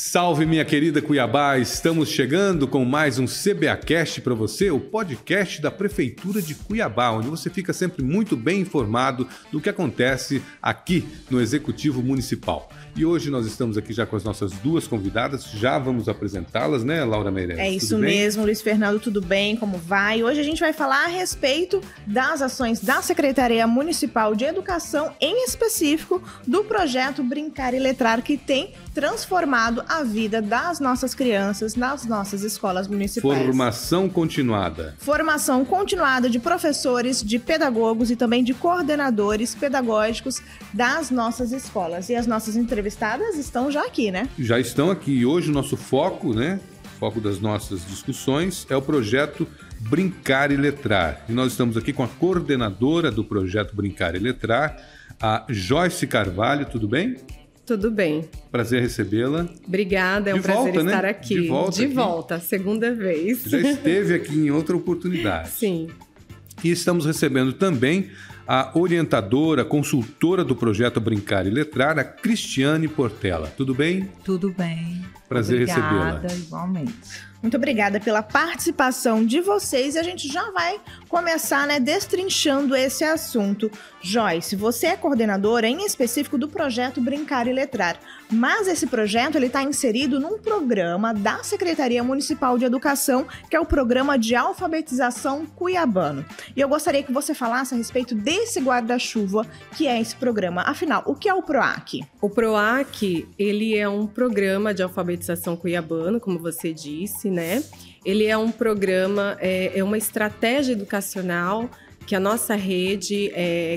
Salve, minha querida Cuiabá! Estamos chegando com mais um CBAcast para você, o podcast da Prefeitura de Cuiabá, onde você fica sempre muito bem informado do que acontece aqui no Executivo Municipal. E hoje nós estamos aqui já com as nossas duas convidadas, já vamos apresentá-las, né, Laura Meirelles? É isso mesmo, Luiz Fernando, tudo bem? Como vai? Hoje a gente vai falar a respeito das ações da Secretaria Municipal de Educação, em específico do projeto Brincar e Letrar, que tem transformado a vida das nossas crianças nas nossas escolas municipais. Formação continuada. Formação continuada de professores, de pedagogos e também de coordenadores pedagógicos das nossas escolas. E as nossas entrevistadas estão já aqui, né? Já estão aqui. E hoje o nosso foco, né? O foco das nossas discussões é o projeto Brincar e Letrar. E nós estamos aqui com a coordenadora do projeto Brincar e Letrar, a Joyce Carvalho. Tudo bem? Tudo bem. Prazer recebê-la. Obrigada, é um prazer estar aqui. De volta, segunda vez. Já esteve aqui em outra oportunidade. Sim. E estamos recebendo também a orientadora, consultora do projeto Brincar e Letrar, a Cristiane Portela. Tudo bem? Tudo bem. Prazer recebê-la. Obrigada, igualmente. Muito obrigada pela participação de vocês e a gente já vai começar, destrinchando esse assunto. Joyce, você é coordenadora em específico do projeto Brincar e Letrar, mas esse projeto está inserido num programa da Secretaria Municipal de Educação, que é o Programa de Alfabetização Cuiabano. E eu gostaria que você falasse a respeito desse guarda-chuva que é esse programa. Afinal, o que é o PROAC? O PROAC, ele é um programa de alfabetização cuiabano, como você disse, né? Ele é um programa, é uma estratégia educacional que a nossa rede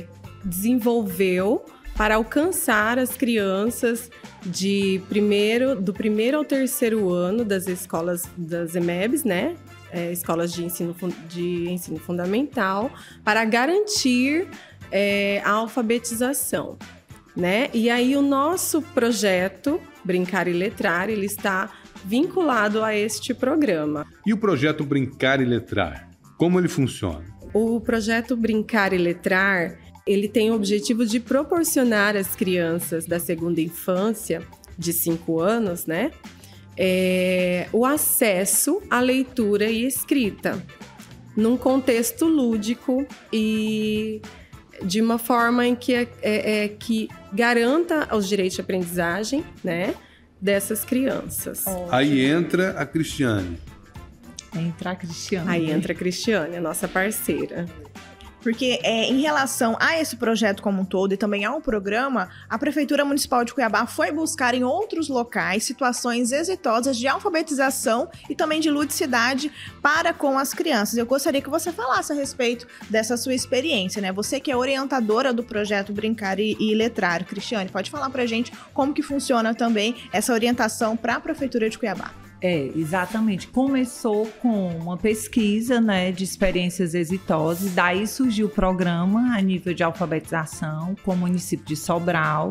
desenvolveu para alcançar as crianças do primeiro ao terceiro ano das escolas das EMEBs, né? Escolas de ensino fundamental, para garantir a alfabetização, né? E aí o nosso projeto Brincar e Letrar, ele está vinculado a este programa. E o projeto Brincar e Letrar, como ele funciona? O projeto Brincar e Letrar, ele tem o objetivo de proporcionar às crianças da segunda infância, de 5 anos, né, o acesso à leitura e escrita, num contexto lúdico e de uma forma em que garanta os direitos de aprendizagem, né, dessas crianças. Aí entra a Cristiane. Aí entra a Cristiane, a nossa parceira. Porque em relação a esse projeto como um todo e também ao programa, a Prefeitura Municipal de Cuiabá foi buscar em outros locais situações exitosas de alfabetização e também de ludicidade para com as crianças. Eu gostaria que você falasse a respeito dessa sua experiência, né? Você que é orientadora do projeto Brincar e Letrar. Cristiane, pode falar pra gente como que funciona também essa orientação para a Prefeitura de Cuiabá? Exatamente. Começou com uma pesquisa, de experiências exitosas, daí surgiu o programa a nível de alfabetização com o município de Sobral.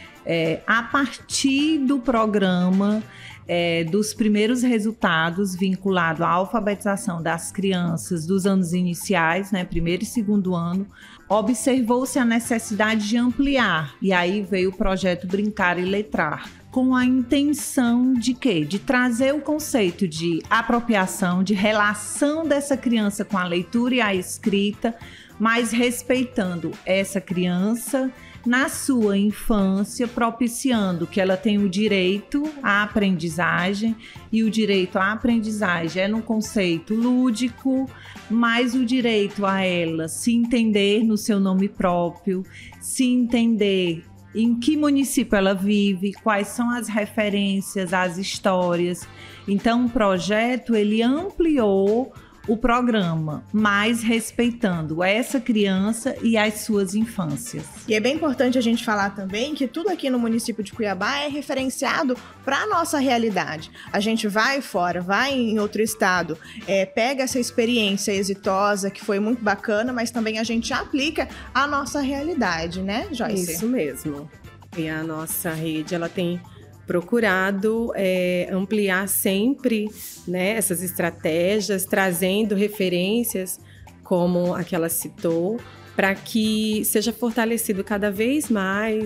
A partir do programa, dos primeiros resultados vinculados à alfabetização das crianças dos anos iniciais, primeiro e segundo ano, observou-se a necessidade de ampliar, e aí veio o projeto Brincar e Letrar, com a intenção de quê? De trazer o conceito de apropriação, de relação dessa criança com a leitura e a escrita, mas respeitando essa criança na sua infância, propiciando que ela tenha o direito à aprendizagem, e o direito à aprendizagem é num conceito lúdico, mas o direito a ela se entender no seu nome próprio, se entender em que município ela vive, quais são as referências, as histórias. Então, o projeto, ele ampliou o programa, mas respeitando essa criança e as suas infâncias. E é bem importante a gente falar também que tudo aqui no município de Cuiabá é referenciado para a nossa realidade. A gente vai fora, vai em outro estado, pega essa experiência exitosa, que foi muito bacana, mas também a gente aplica a nossa realidade, né, Joyce? Isso mesmo. E a nossa rede, ela tem procurado ampliar sempre, essas estratégias, trazendo referências como a que ela citou, para que seja fortalecido cada vez mais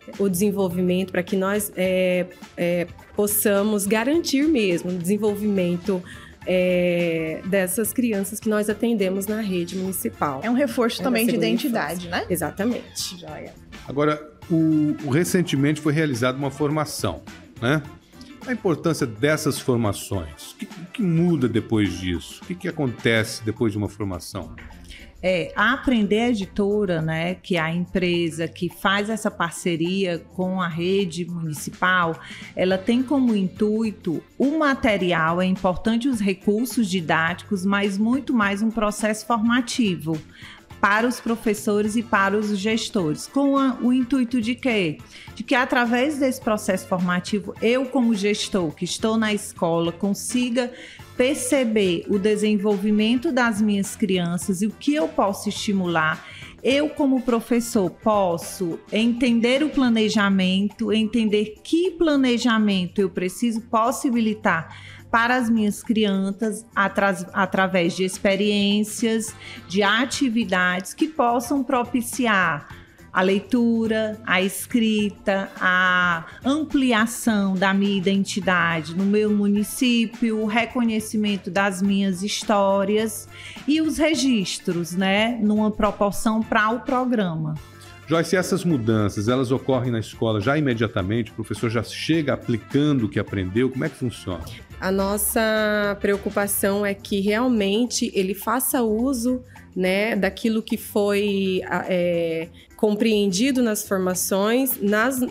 o desenvolvimento, para que nós possamos garantir mesmo o desenvolvimento dessas crianças que nós atendemos na rede municipal. É um reforço também de identidade, né? Exatamente. Joia. Agora, recentemente foi realizada uma formação, né? A importância dessas formações, o que muda depois disso? O que acontece depois de uma formação? A Aprender Editora, né, que é a empresa que faz essa parceria com a rede municipal, ela tem como intuito o material, é importante os recursos didáticos, mas muito mais um processo formativo para os professores e para os gestores, com o intuito de quê? De que através desse processo formativo, eu como gestor que estou na escola consiga perceber o desenvolvimento das minhas crianças e o que eu posso estimular. Eu, como professor, posso entender o planejamento, entender que planejamento eu preciso possibilitar para as minhas crianças através de experiências, de atividades que possam propiciar a leitura, a escrita, a ampliação da minha identidade no meu município, o reconhecimento das minhas histórias e os registros, né, numa proporção para o programa. Joyce, essas mudanças, elas ocorrem na escola já imediatamente? O professor já chega aplicando o que aprendeu? Como é que funciona? A nossa preocupação é que realmente ele faça uso, né, daquilo que foi compreendido nas formações,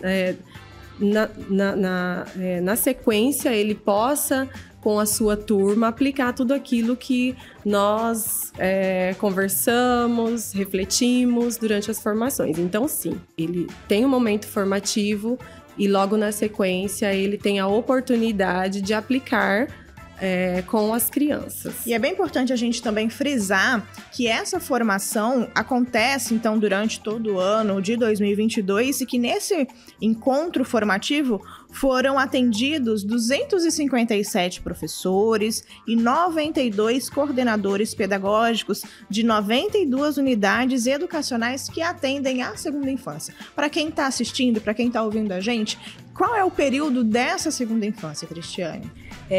na sequência ele possa, com a sua turma, aplicar tudo aquilo que nós conversamos, refletimos durante as formações. Então, sim, ele tem um momento formativo e logo na sequência ele tem a oportunidade de aplicar com as crianças. E é bem importante a gente também frisar que essa formação acontece, então, durante todo o ano de 2022 e que nesse encontro formativo foram atendidos 257 professores e 92 coordenadores pedagógicos de 92 unidades educacionais que atendem a segunda infância. Para quem está assistindo, para quem está ouvindo a gente, qual é o período dessa segunda infância, Cristiane?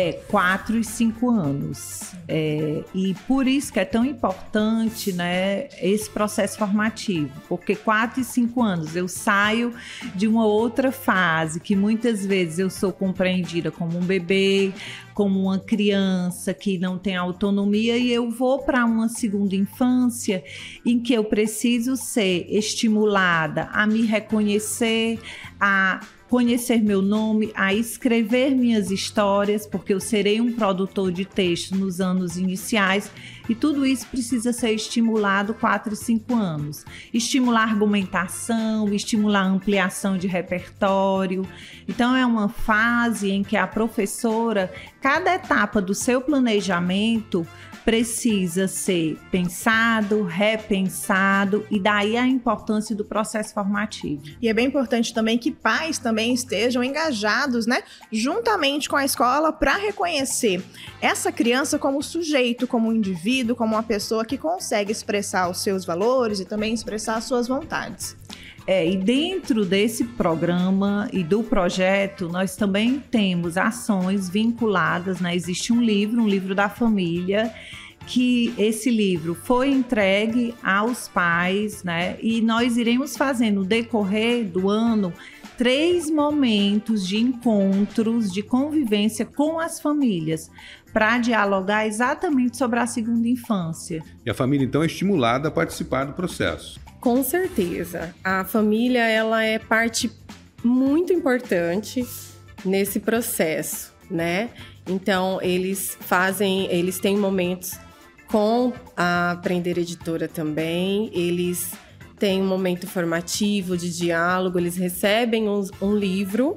4 e 5 anos. E por isso que é tão importante, né, esse processo formativo, porque 4 e 5 anos eu saio de uma outra fase que muitas vezes eu sou compreendida como um bebê, como uma criança que não tem autonomia, e eu vou para uma segunda infância em que eu preciso ser estimulada a me reconhecer, a conhecer meu nome, a escrever minhas histórias, porque eu serei um produtor de texto nos anos iniciais, e tudo isso precisa ser estimulado 4 e 5 anos. Estimular argumentação, estimular ampliação de repertório. Então é uma fase em que a professora, cada etapa do seu planejamento precisa ser pensado, repensado, e daí a importância do processo formativo. E é bem importante também que pais também estejam engajados, né, juntamente com a escola, para reconhecer essa criança como sujeito, como um indivíduo, como uma pessoa que consegue expressar os seus valores e também expressar as suas vontades. E dentro desse programa e do projeto, nós também temos ações vinculadas, né? Existe um livro da família, que esse livro foi entregue aos pais, né? E nós iremos fazer no decorrer do ano 3 momentos de encontros, de convivência com as famílias, para dialogar exatamente sobre a segunda infância. E a família, então, é estimulada a participar do processo. Com certeza. A família, ela é parte muito importante nesse processo, né? Então, eles têm momentos com a Aprender Editora também, eles têm um momento formativo de diálogo, eles recebem um livro,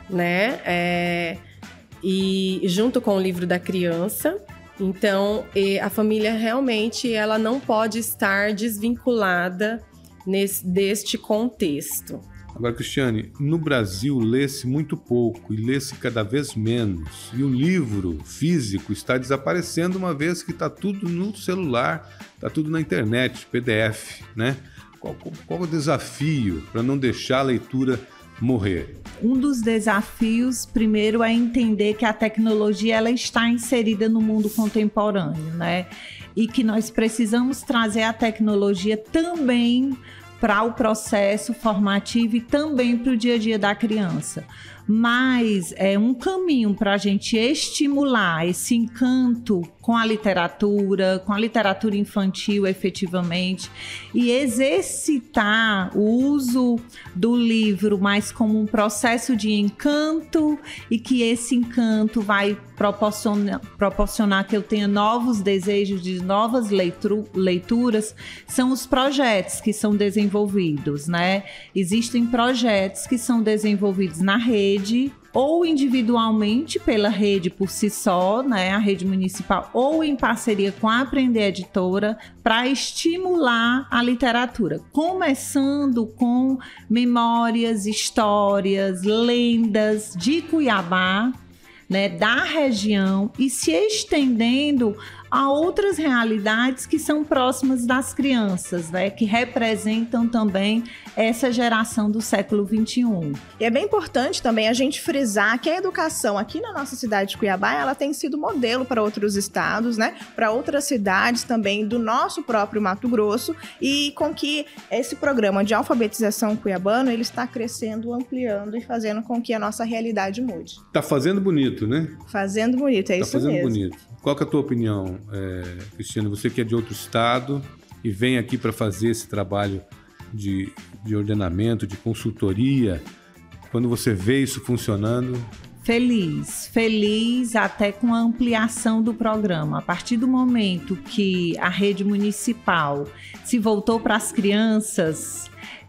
né? E junto com o livro da criança. Então, a família realmente ela não pode estar desvinculada deste contexto. Agora, Cristiane, no Brasil lê-se muito pouco e lê-se cada vez menos. E o livro físico está desaparecendo, uma vez que está tudo no celular, está tudo na internet, PDF, né? Qual o desafio para não deixar a leitura morrer? Um dos desafios, primeiro, é entender que a tecnologia ela está inserida no mundo contemporâneo, né? E que nós precisamos trazer a tecnologia também para o processo formativo e também para o dia a dia da criança. Mas é um caminho para a gente estimular esse encanto com a literatura infantil efetivamente, e exercitar o uso do livro mais como um processo de encanto, e que esse encanto vai proporcionar que eu tenha novos desejos de novas leituras, são os projetos que são desenvolvidos, né? Existem projetos que são desenvolvidos na rede, ou individualmente pela rede por si só, né, a rede municipal, ou em parceria com a Aprender Editora, para estimular a literatura, começando com memórias, histórias, lendas de Cuiabá, né, da região, e se estendendo a outras realidades que são próximas das crianças, né, que representam também essa geração do século XXI. E é bem importante também a gente frisar que a educação aqui na nossa cidade de Cuiabá, ela tem sido modelo para outros estados, né, para outras cidades também do nosso próprio Mato Grosso, e com que esse programa de alfabetização cuiabano, ele está crescendo, ampliando e fazendo com que a nossa realidade mude. Tá fazendo bonito, né? Fazendo bonito, é isso mesmo. Tá fazendo bonito. Qual que é a tua opinião, Cristiane? Você que é de outro estado e vem aqui para fazer esse trabalho de ordenamento, de consultoria, quando você vê isso funcionando... Feliz até com a ampliação do programa. A partir do momento que a rede municipal se voltou para as crianças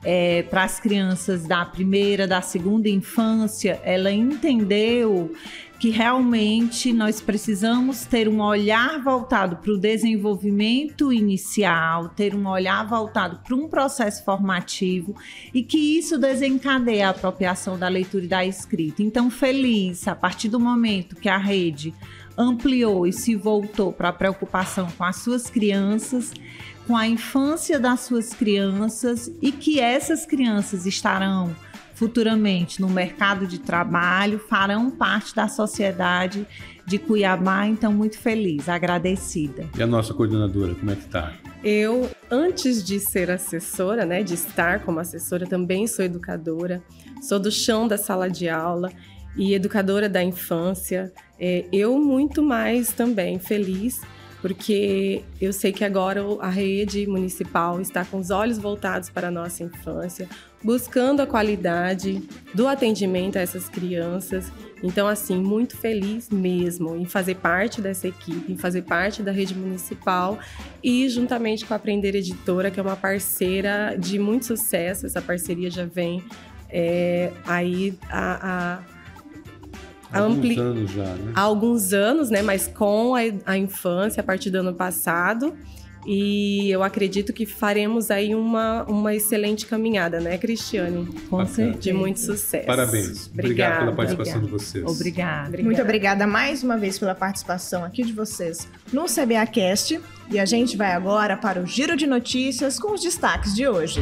da primeira, da segunda infância, ela entendeu que realmente nós precisamos ter um olhar voltado para o desenvolvimento inicial, ter um olhar voltado para um processo formativo, e que isso desencadeia a apropriação da leitura e da escrita. Então, feliz, a partir do momento que a rede ampliou e se voltou para a preocupação com as suas crianças, com a infância das suas crianças, e que essas crianças estarão futuramente no mercado de trabalho, farão parte da sociedade de Cuiabá. Então, muito feliz, agradecida. E a nossa coordenadora, como é que está? Eu, antes de ser assessora, né, de estar como assessora, também sou educadora, sou do chão da sala de aula e educadora da infância. Eu muito mais também feliz, porque eu sei que agora a rede municipal está com os olhos voltados para a nossa infância, buscando a qualidade do atendimento a essas crianças. Então, assim, muito feliz mesmo em fazer parte dessa equipe, em fazer parte da rede municipal e juntamente com a Aprender Editora, que é uma parceira de muito sucesso. Essa parceria já vem aí há anos já, né? Há alguns anos, né? Mas com a infância, a partir do ano passado. E eu acredito que faremos aí uma excelente caminhada, né, Cristiane? Com certeza. De muito sucesso. Parabéns. Obrigado pela participação de vocês. Obrigada. Muito obrigada mais uma vez pela participação aqui de vocês no CBAcast. E a gente vai agora para o Giro de Notícias com os destaques de hoje.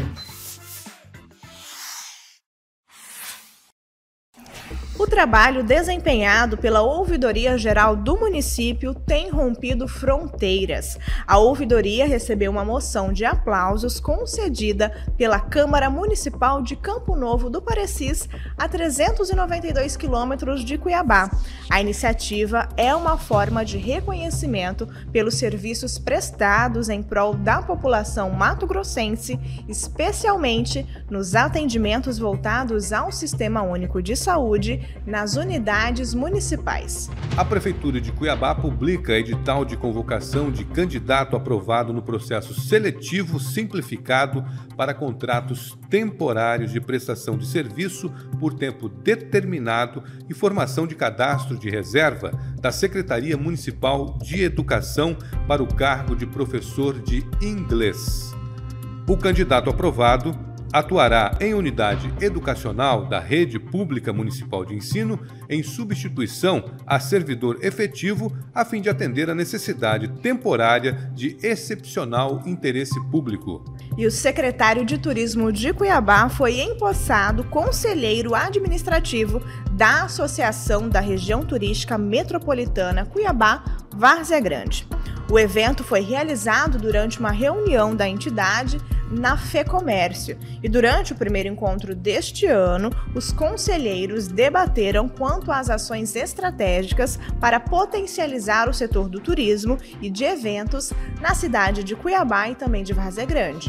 O trabalho desempenhado pela Ouvidoria Geral do município tem rompido fronteiras. A ouvidoria recebeu uma moção de aplausos concedida pela Câmara Municipal de Campo Novo do Parecis, a 392 quilômetros de Cuiabá. A iniciativa é uma forma de reconhecimento pelos serviços prestados em prol da população mato-grossense, especialmente nos atendimentos voltados ao Sistema Único de Saúde nas unidades municipais. A Prefeitura de Cuiabá publica edital de convocação de candidato aprovado no processo seletivo simplificado para contratos temporários de prestação de serviço por tempo determinado e formação de cadastro de reserva da Secretaria Municipal de Educação para o cargo de professor de inglês. O candidato aprovado atuará em unidade educacional da Rede Pública Municipal de Ensino em substituição a servidor efetivo a fim de atender a necessidade temporária de excepcional interesse público. E o secretário de Turismo de Cuiabá foi empossado conselheiro administrativo da Associação da Região Turística Metropolitana Cuiabá-Várzea Grande. O evento foi realizado durante uma reunião da entidade na FEComércio. E durante o primeiro encontro deste ano, os conselheiros debateram quanto às ações estratégicas para potencializar o setor do turismo e de eventos na cidade de Cuiabá e também de Várzea Grande.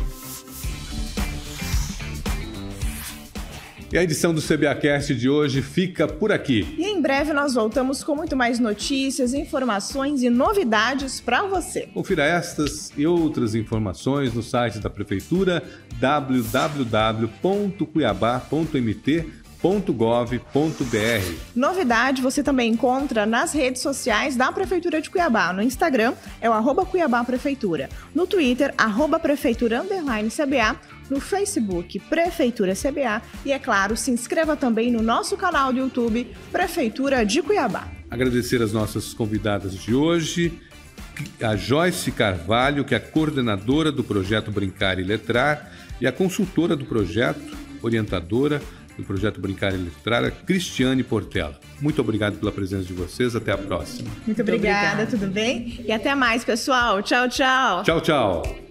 E a edição do CBAcast de hoje fica por aqui. E em breve nós voltamos com muito mais notícias, informações e novidades para você. Confira estas e outras informações no site da Prefeitura www.cuiabá.mt.gov.br. Novidade você também encontra nas redes sociais da Prefeitura de Cuiabá. No Instagram é o @CuiabáPrefeitura. No Twitter, @Prefeitura_CBA. No Facebook, Prefeitura CBA. E, é claro, se inscreva também no nosso canal do YouTube, Prefeitura de Cuiabá. Agradecer as nossas convidadas de hoje, a Joyce Carvalho, que é a coordenadora do projeto Brincar e Letrar, e a consultora do projeto, orientadora do projeto Brincar e Letrar, a Cristiane Portela. Muito obrigado pela presença de vocês. Até a próxima. Muito obrigada, tudo bem? E até mais, pessoal. Tchau, tchau. Tchau, tchau.